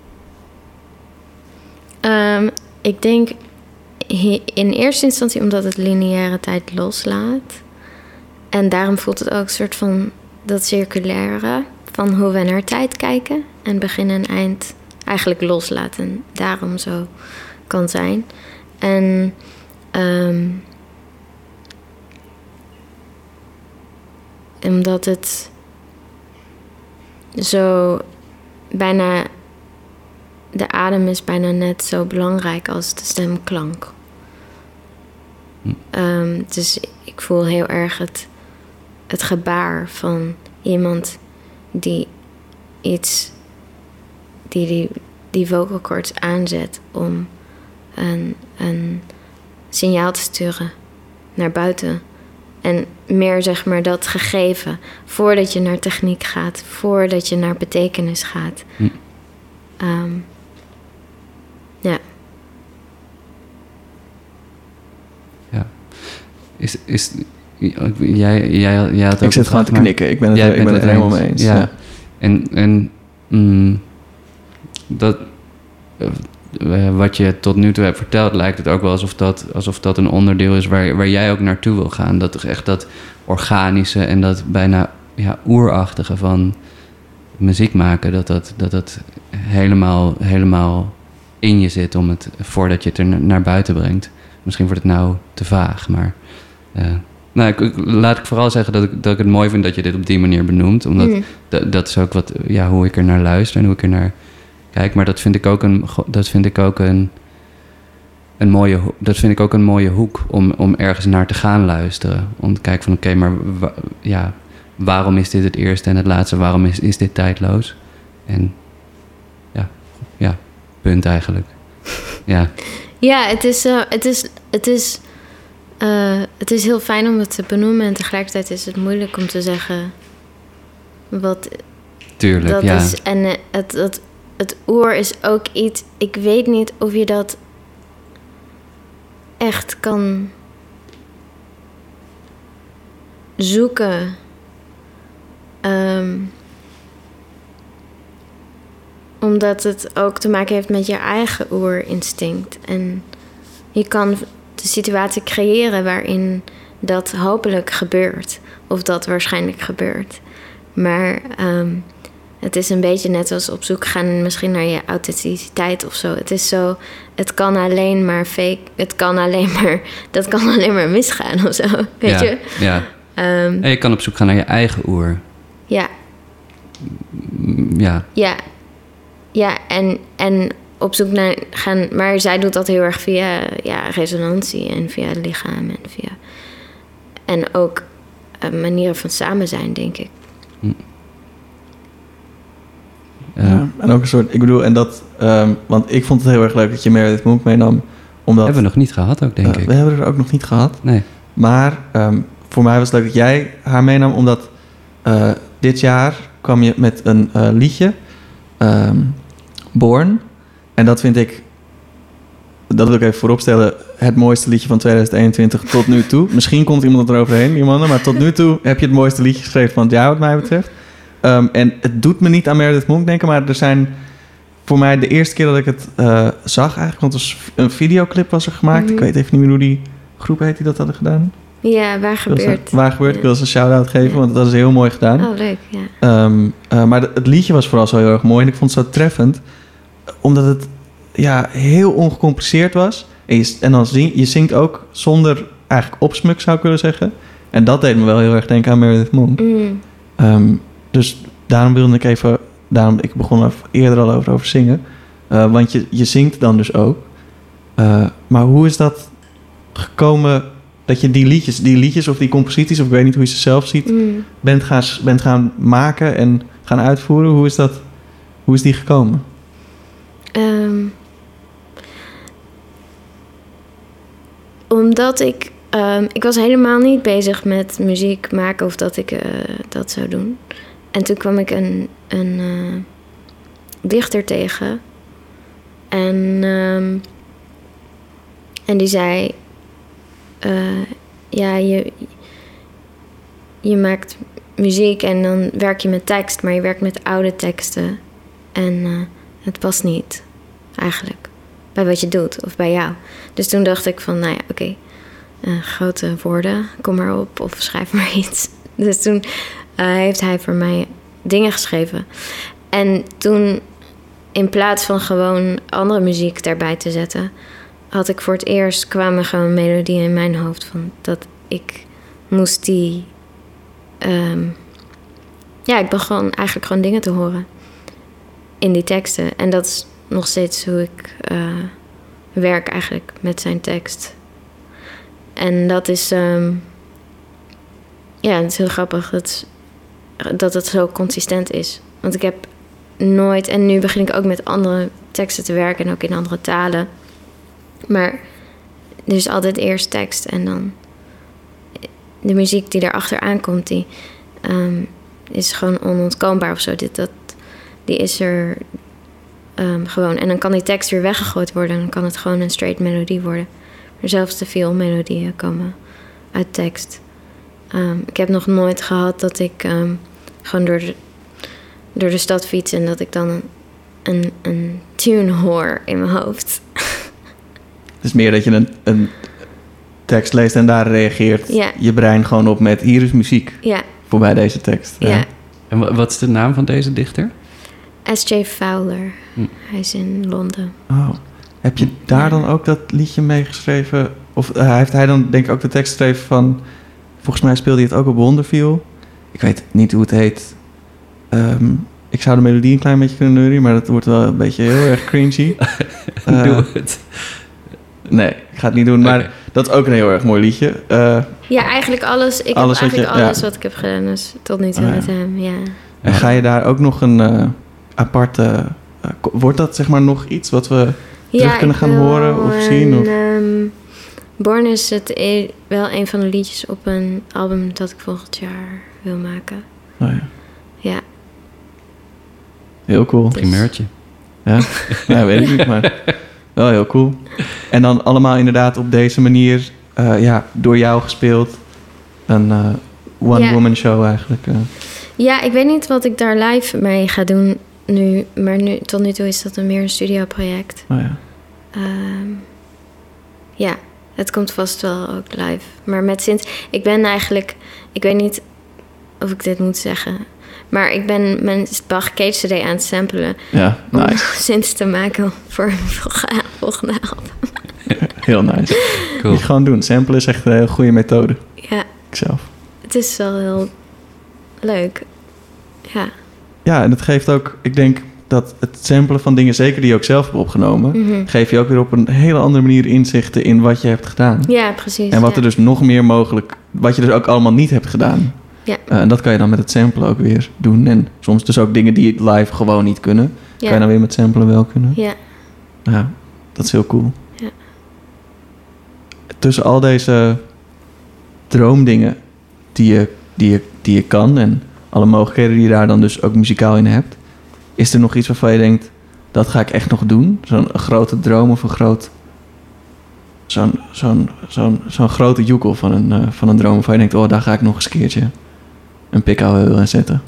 Ik denk in eerste instantie omdat het lineaire tijd loslaat. En daarom voelt het ook een soort van dat circulaire van hoe we naar tijd kijken en begin en eind eigenlijk loslaten. Daarom zo kan zijn. En omdat het zo bijna, de adem is bijna net zo belangrijk als de stemklank. Dus ik voel heel erg het gebaar van iemand die iets, die vocal cords aanzet om een signaal te sturen naar buiten. En meer zeg maar dat gegeven, voordat je naar techniek gaat, voordat je naar betekenis gaat. Ja. Ja. Jij had ook ik zit gewoon te knikken. Ik ben het er helemaal mee eens. Ja. En dat wat je tot nu toe hebt verteld, lijkt het ook wel alsof dat een onderdeel is waar jij ook naartoe wil gaan. Dat toch echt dat organische en dat bijna oerachtige van muziek maken, dat helemaal in je zit om het voordat je het er naar buiten brengt. Misschien wordt het nou te vaag, maar laat ik vooral zeggen dat ik het mooi vind dat je dit op die manier benoemt, omdat dat is ook hoe ik er naar luister en hoe ik er naar kijk. Maar dat vind ik ook een mooie hoek om ergens naar te gaan luisteren, om te kijken van oké, maar waarom is dit het eerste en het laatste? Waarom is dit tijdloos? En punt eigenlijk. Ja. Ja, het is heel fijn om het te benoemen en tegelijkertijd is het moeilijk om te zeggen wat. Tuurlijk, dat ja. is. En het oer is ook iets. Ik weet niet of je dat echt kan zoeken. Omdat het ook te maken heeft met je eigen oerinstinct. En je kan de situatie creëren waarin dat hopelijk gebeurt. Of dat waarschijnlijk gebeurt. Maar het is een beetje net als op zoek gaan misschien naar je authenticiteit of zo. Het is zo, het kan alleen maar fake, dat kan alleen maar misgaan of zo. Weet je? Ja. En je kan op zoek gaan naar je eigen oer. Ja. Ja. Ja. Ja, en op zoek naar gaan. Maar zij doet dat heel erg via resonantie en via het lichaam en ook manieren van samen zijn, denk ik. Ja, en ook een soort, ik bedoel, en dat, want ik vond het heel erg leuk dat je Meredith Monk meenam, omdat hebben we nog niet gehad ook, denk ik. We hebben er ook nog niet gehad. Nee. Maar voor mij was het leuk dat jij haar meenam, omdat dit jaar kwam je met een liedje. Born. En dat vind ik, dat wil ik even vooropstellen, het mooiste liedje van 2021 tot nu toe. Misschien komt iemand eroverheen, die mannen, maar tot nu toe heb je het mooiste liedje geschreven van het jaar, wat mij betreft. En het doet me niet aan Meredith Monk denken, maar er zijn voor mij de eerste keer dat ik het zag eigenlijk, want een videoclip was er gemaakt. Ik weet even niet meer hoe die groep heet die dat hadden gedaan. Ja, Waar Gebeurt. Waar Gebeurt. Ik wil ze een shout-out geven, want dat is heel mooi gedaan. Oh, leuk, ja. Maar het liedje was vooral zo heel erg mooi en ik vond het zo treffend, omdat het heel ongecompliceerd was. En dan je zingt ook zonder eigenlijk opsmuk, zou ik willen zeggen. En dat deed me wel heel erg denken aan Meredith Monk. Dus daarom wilde ik even... ik begon er eerder al over zingen. Want je zingt dan dus ook. Maar hoe is dat gekomen dat je die liedjes of die composities... of ik weet niet hoe je ze zelf ziet... bent gaan maken en gaan uitvoeren? Hoe is die gekomen? Omdat ik was helemaal niet bezig met muziek maken of dat ik dat zou doen. En toen kwam ik een dichter tegen. En die zei... je maakt muziek en dan werk je met tekst, maar je werkt met oude teksten. En het past niet, eigenlijk, bij wat je doet of bij jou. Dus toen dacht ik van, nou ja, oké, grote woorden, kom maar op of schrijf maar iets. Dus toen heeft hij voor mij dingen geschreven. En toen, in plaats van gewoon andere muziek daarbij te zetten... had ik voor het eerst, kwamen gewoon melodieën in mijn hoofd... van dat ik moest die... ik begon eigenlijk gewoon dingen te horen in die teksten. En dat is nog steeds hoe ik werk eigenlijk met zijn tekst. En dat is... het is heel grappig dat het zo consistent is. Want ik heb nooit... En nu begin ik ook met andere teksten te werken... en ook in andere talen. Maar er is altijd eerst tekst en dan... de muziek die erachter aankomt, die is gewoon onontkoombaar of zo. Die is er gewoon. En dan kan die tekst weer weggegooid worden... en dan kan het gewoon een straight melodie worden. Maar zelfs te veel melodieën komen uit tekst. Ik heb nog nooit gehad dat ik gewoon door de stad fiets... en dat ik dan een tune hoor in mijn hoofd. Het is meer dat je een tekst leest en daar reageert je brein gewoon op met... hier is muziek voorbij deze tekst. Ja. En wat is de naam van deze dichter? S.J. Fowler. Hij is in Londen. Oh. Heb je daar dan ook dat liedje mee geschreven? Of heeft hij dan denk ik ook de tekst geschreven van... volgens mij speelde hij het ook op Wonderfeel. Ik weet niet hoe het heet. Ik zou de melodie een klein beetje kunnen neurien... maar dat wordt wel een beetje heel erg cringy. Doe het. Nee, ik ga het niet doen, maar dat is ook een heel erg mooi liedje. Eigenlijk alles. Ik heb eigenlijk alles wat ik heb gedaan, dus tot nu toe met hem, En ga je daar ook nog een aparte... wordt dat zeg maar nog iets wat we terug kunnen gaan horen of zien? Of? Born is het wel een van de liedjes op een album dat ik volgend jaar wil maken. Oh ja. Ja. Heel cool. Primeurtje. Ja, weet ik niet, maar wel heel cool. En dan allemaal inderdaad op deze manier, door jou gespeeld. Een one-woman show eigenlijk. Ja, ik weet niet wat ik daar live mee ga doen nu. Maar tot nu toe is dat meer een studioproject. Oh ja. Het komt vast wel ook live. Maar met Sint, ik ben eigenlijk... Ik weet niet of ik dit moet zeggen... Maar ik ben mijn Bach Cage CD aan het samplen. Ja, nice. Om Sint te maken voor een volgende album. Heel nice. Cool. Moet je gewoon doen. Samplen is echt een hele goede methode. Ja. Ikzelf. Het is wel heel leuk. Ja. Ja, en het geeft ook... Ik denk dat het samplen van dingen, zeker die je ook zelf hebt opgenomen... geeft je ook weer op een hele andere manier inzichten in wat je hebt gedaan. Ja, precies. En wat er dus nog meer mogelijk... Wat je dus ook allemaal niet hebt gedaan. Ja. En dat kan je dan met het samplen ook weer doen. En soms dus ook dingen die live gewoon niet kunnen. Ja. Kan je dan weer met samplen wel kunnen. Ja. Ja, dat is heel cool. Ja. Tussen al deze droomdingen die je kan... en alle mogelijkheden die je daar dan dus ook muzikaal in hebt... is er nog iets waarvan je denkt... dat ga ik echt nog doen? Zo'n grote droom of een groot... Zo'n grote joekel van een droom waarvan je denkt... oh, daar ga ik nog eens een keertje een pik aan zetten.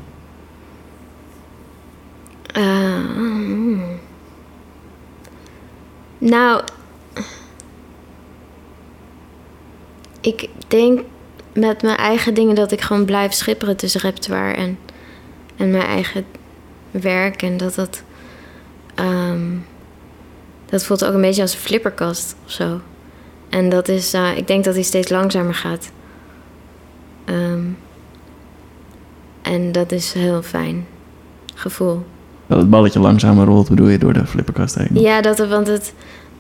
Nou, ik denk met mijn eigen dingen... dat ik gewoon blijf schipperen tussen repertoire en mijn eigen werk. En dat voelt ook een beetje als een flipperkast of zo. En dat is, ik denk dat hij steeds langzamer gaat. En dat is een heel fijn gevoel. Dat het balletje langzamer rolt, bedoel je, door de flipperkast heen? Ja, want het...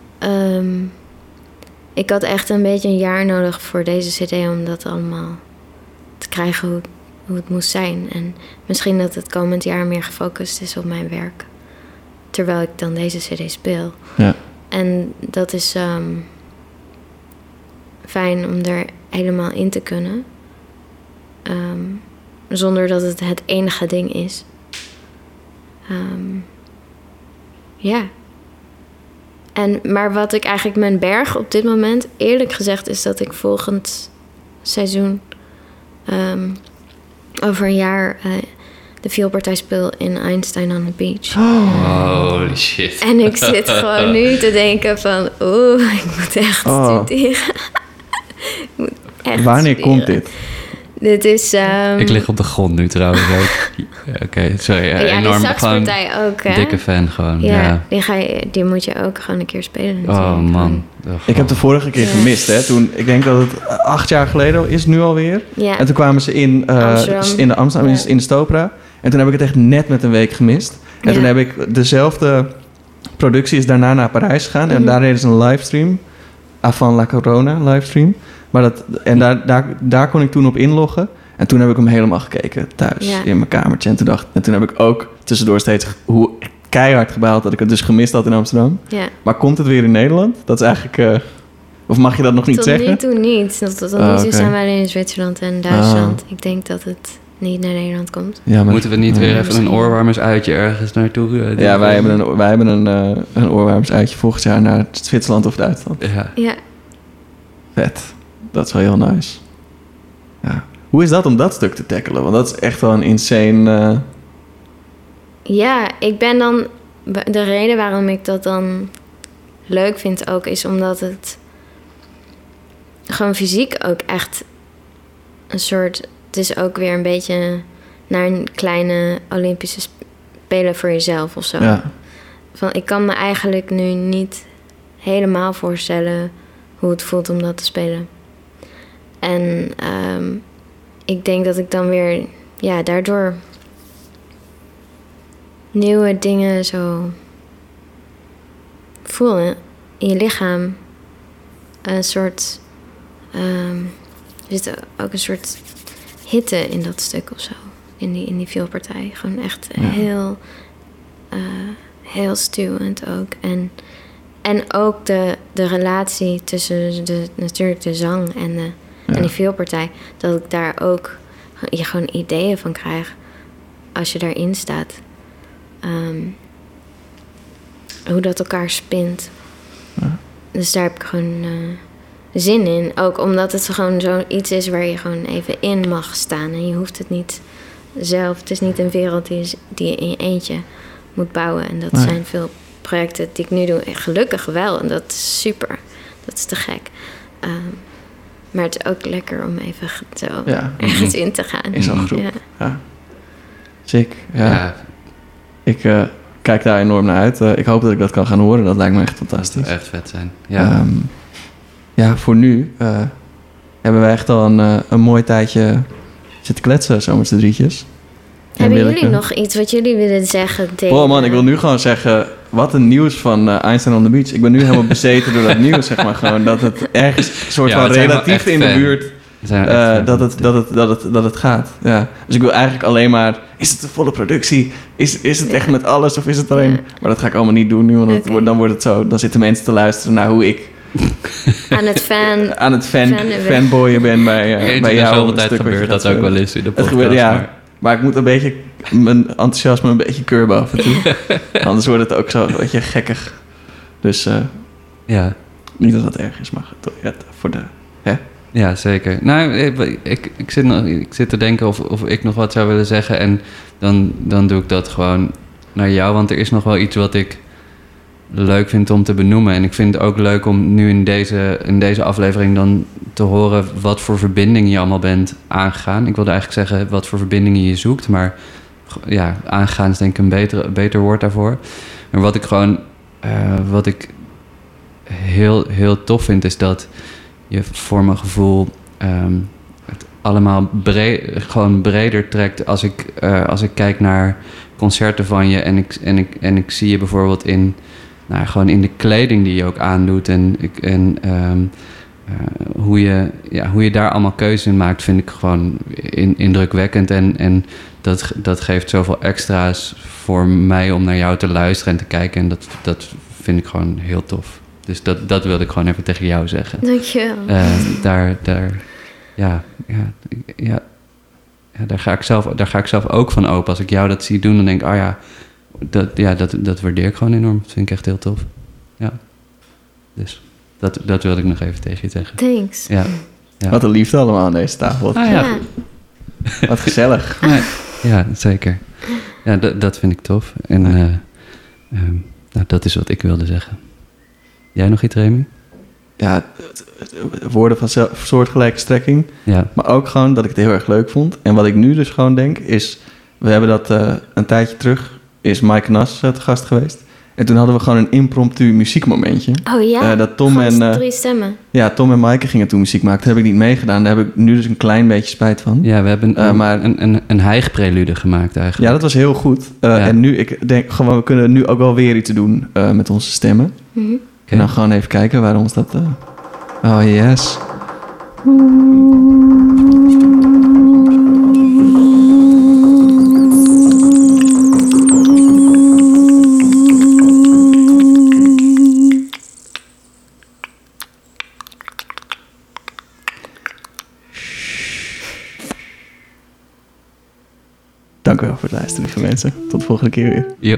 ik had echt een beetje een jaar nodig voor deze cd om dat allemaal te krijgen hoe het moest zijn. En misschien dat het komend jaar meer gefocust is op mijn werk. Terwijl ik dan deze cd speel. Ja. En dat is fijn om er helemaal in te kunnen. Zonder dat het enige ding is. Ja. Maar wat ik eigenlijk mijn berg op dit moment, eerlijk gezegd, is dat ik volgend seizoen over een jaar de vioolpartij speel in Einstein on the Beach. Holy shit. En ik zit gewoon nu te denken van, ik moet echt studeren. Ik moet echt Wanneer studeren. komt dit? Dit is... Ik lig op de grond nu trouwens ook. Oké, sorry. ja, Enorm, die saxpartij ook, hè? Dikke fan gewoon. Ja. Die moet je ook gewoon een keer spelen natuurlijk. Oh man. Ik heb de vorige keer gemist, hè. Toen, ik denk dat het 8 jaar geleden is nu alweer. Ja. En toen kwamen ze in Amsterdam, in de Stopra. En toen heb ik het echt net met een week gemist. En toen heb ik dezelfde productie is daarna naar Parijs gegaan. En daar deden ze een livestream. Avant la Corona livestream. Maar daar kon ik toen op inloggen. En toen heb ik hem helemaal gekeken thuis in mijn kamertje. En toen heb ik ook tussendoor steeds keihard gebaald dat ik het dus gemist had in Amsterdam. Ja. Maar komt het weer in Nederland? Dat is eigenlijk... of mag je dat nog niet zeggen? Tot nu toe niet. Tot nu toe zijn we alleen in Zwitserland en Duitsland. Ik denk dat het niet naar Nederland komt. Ja, maar... Moeten we niet weer even een oorwarmersuitje ergens naartoe? Ja, wij hebben een oorwarmersuitje volgend jaar naar Zwitserland of Duitsland. Ja. Vet. Dat is wel heel nice. Ja. Hoe is dat om dat stuk te tackelen? Want dat is echt wel een insane... Ja, ik ben dan... De reden waarom ik dat dan leuk vind ook... is omdat het gewoon fysiek ook echt een soort... Het is ook weer een beetje naar een kleine Olympische Spelen voor jezelf of zo. Ja. Ik kan me eigenlijk nu niet helemaal voorstellen hoe het voelt om dat te spelen. En ik denk dat ik dan weer daardoor nieuwe dingen zo voel in je lichaam. Een soort... er zit ook een soort hitte in dat stuk of zo. In die vioolpartij. Gewoon echt heel stuwend ook. En ook de relatie tussen natuurlijk de zang en die vioolpartij. Dat ik daar ook gewoon ideeën van krijg. Als je daarin staat. Hoe dat elkaar spint. Ja. Dus daar heb ik gewoon zin in. Ook omdat het gewoon zoiets is waar je gewoon even in mag staan. En je hoeft het niet zelf. Het is niet een wereld die je in je eentje moet bouwen. En dat zijn veel projecten die ik nu doe. En gelukkig wel. En dat is super. Dat is te gek. Maar het is ook lekker om even zo ergens in te gaan. In zo'n groep. Ja. Sick. Ja. Ik kijk daar enorm naar uit. Ik hoop dat ik dat kan gaan horen. Dat lijkt me echt fantastisch. Dat zou echt vet zijn. Ja. Voor nu hebben wij echt al een mooi tijdje zitten kletsen, zo met z'n drietjes. Hebben jullie nog iets wat jullie willen zeggen? Oh man, ik wil nu gewoon zeggen, wat een nieuws van Einstein on the Beach. Ik ben nu helemaal bezeten door dat nieuws, zeg maar. Gewoon dat het ergens soort van relatief in de buurt... dat het gaat. Ja. Dus ik wil eigenlijk alleen maar... Is het een volle productie? Is het echt met alles? Of is het alleen... Maar dat ga ik allemaal niet doen nu. Want dan wordt het zo... Dan zitten mensen te luisteren naar hoe ik... aan het fanboyen ben bij jou. Zoveel tijd gebeurt dat ook wel eens in de podcast. Het gebeurt, maar ik moet een beetje... Mijn enthousiasme een beetje curben af en toe. Anders wordt het ook zo een beetje gekkig. Dus... Niet dat dat erg is, maar voor de... Hè? Ja, zeker. Nou, ik zit te denken of ik nog wat zou willen zeggen. En dan doe ik dat gewoon naar jou. Want er is nog wel iets wat ik leuk vind om te benoemen. En ik vind het ook leuk om nu in deze aflevering dan te horen wat voor verbinding je allemaal bent aangegaan. Ik wilde eigenlijk zeggen wat voor verbindingen je zoekt. Maar ja, aangegaan is denk ik een beter woord daarvoor. Maar wat ik heel, heel tof vind, is dat je voor mijn gevoel het allemaal gewoon breder trekt. Als ik kijk naar concerten van je en ik zie je bijvoorbeeld gewoon in de kleding die je ook aandoet hoe je daar allemaal keuze in maakt, vind ik gewoon indrukwekkend. En dat geeft zoveel extra's voor mij om naar jou te luisteren en te kijken. En dat vind ik gewoon heel tof. Dus dat wilde ik gewoon even tegen jou zeggen. Dankjewel. Daar ga ik zelf ook van open. Als ik jou dat zie doen, dan denk ik, dat waardeer ik gewoon enorm. Dat vind ik echt heel tof. Ja. Dus dat wilde ik nog even tegen je zeggen. Thanks. Ja. Wat een liefde allemaal aan deze tafel. Ja. Wat gezellig. Ja, zeker. Ja, dat vind ik tof. En dat is wat ik wilde zeggen. Jij nog iets, Remy? Ja, woorden van soortgelijke strekking. Ja. Maar ook gewoon dat ik het heel erg leuk vond. En wat ik nu dus gewoon denk is... We hebben dat een tijdje terug... Is Mike Nas te gast geweest. En toen hadden we gewoon een impromptu muziekmomentje. Oh ja? Dat Tom en 3 stemmen. Ja, Tom en Maaike gingen toen muziek maken. Dat heb ik niet meegedaan. Daar heb ik nu dus een klein beetje spijt van. Ja, we hebben een hijgprelude gemaakt eigenlijk. Ja, dat was heel goed. En nu, ik denk gewoon, we kunnen nu ook wel weer iets doen met onze stemmen. Mm-hmm. En dan gewoon even kijken waar ons dat... Oh, yes. Dank u wel voor het luisteren, lieve mensen. Tot de volgende keer weer. Yo.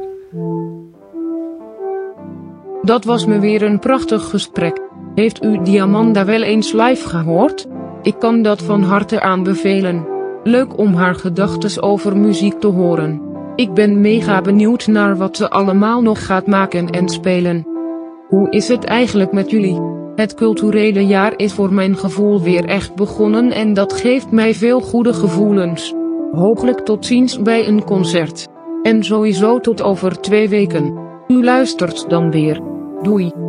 Dat was me weer een prachtig gesprek. Heeft u Diamanda wel eens live gehoord? Ik kan dat van harte aanbevelen. Leuk om haar gedachtes over muziek te horen. Ik ben mega benieuwd naar wat ze allemaal nog gaat maken en spelen. Hoe is het eigenlijk met jullie? Het culturele jaar is voor mijn gevoel weer echt begonnen en dat geeft mij veel goede gevoelens. Hopelijk tot ziens bij een concert. En sowieso tot over 2 weken. U luistert dan weer. Doei.